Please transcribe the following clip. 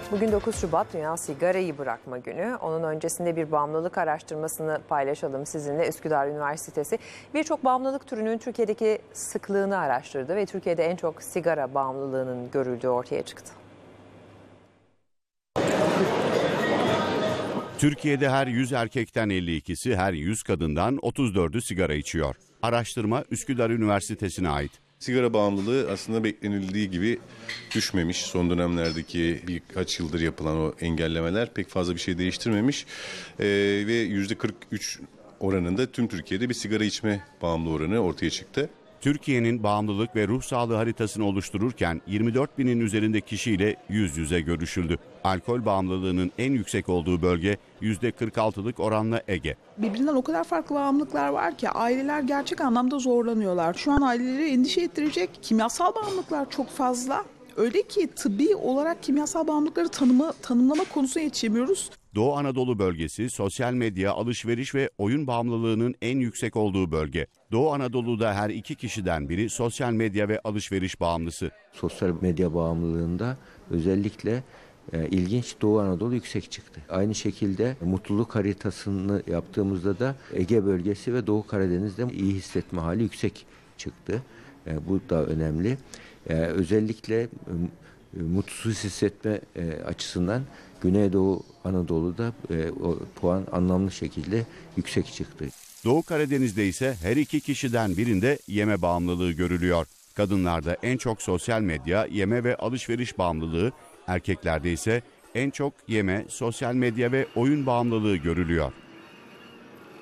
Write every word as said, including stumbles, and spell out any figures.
Bugün dokuz Şubat Dünya Sigarayı Bırakma Günü. Onun öncesinde bir bağımlılık araştırmasını paylaşalım sizinle. Üsküdar Üniversitesi birçok bağımlılık türünün Türkiye'deki sıklığını araştırdı ve Türkiye'de en çok sigara bağımlılığının görüldüğü ortaya çıktı. Türkiye'de her yüz erkekten elli ikisi, her yüz kadından otuz dördü sigara içiyor. Araştırma Üsküdar Üniversitesi'ne ait. Sigara bağımlılığı aslında beklenildiği gibi düşmemiş. Son dönemlerdeki birkaç yıldır yapılan o engellemeler pek fazla bir şey değiştirmemiş. Ee, ve yüzde kırk üç oranında tüm Türkiye'de bir sigara içme bağımlı oranı ortaya çıktı. Türkiye'nin bağımlılık ve ruh sağlığı haritasını oluştururken yirmi dört binin üzerinde kişiyle yüz yüze görüşüldü. Alkol bağımlılığının en yüksek olduğu bölge yüzde kırk altılık oranla Ege. Birbirinden o kadar farklı bağımlılıklar var ki aileler gerçek anlamda zorlanıyorlar. Şu an aileleri endişe ettirecek kimyasal bağımlılıklar çok fazla. Öyle ki tıbbi olarak kimyasal bağımlılıkları tanımı, tanımlama konusuna yetişemiyoruz. Doğu Anadolu bölgesi sosyal medya, alışveriş ve oyun bağımlılığının en yüksek olduğu bölge. Doğu Anadolu'da her iki kişiden biri sosyal medya ve alışveriş bağımlısı. Sosyal medya bağımlılığında özellikle e, ilginç Doğu Anadolu yüksek çıktı. Aynı şekilde mutluluk haritasını yaptığımızda da Ege bölgesi ve Doğu Karadeniz'de iyi hissetme hali yüksek çıktı. E, bu da önemli. E, özellikle e, mutsuz hissetme e, açısından Güneydoğu Anadolu'da e, o puan anlamlı şekilde yüksek çıktı. Doğu Karadeniz'de ise her iki kişiden birinde yeme bağımlılığı görülüyor. Kadınlarda en çok sosyal medya, yeme ve alışveriş bağımlılığı, erkeklerde ise en çok yeme, sosyal medya ve oyun bağımlılığı görülüyor.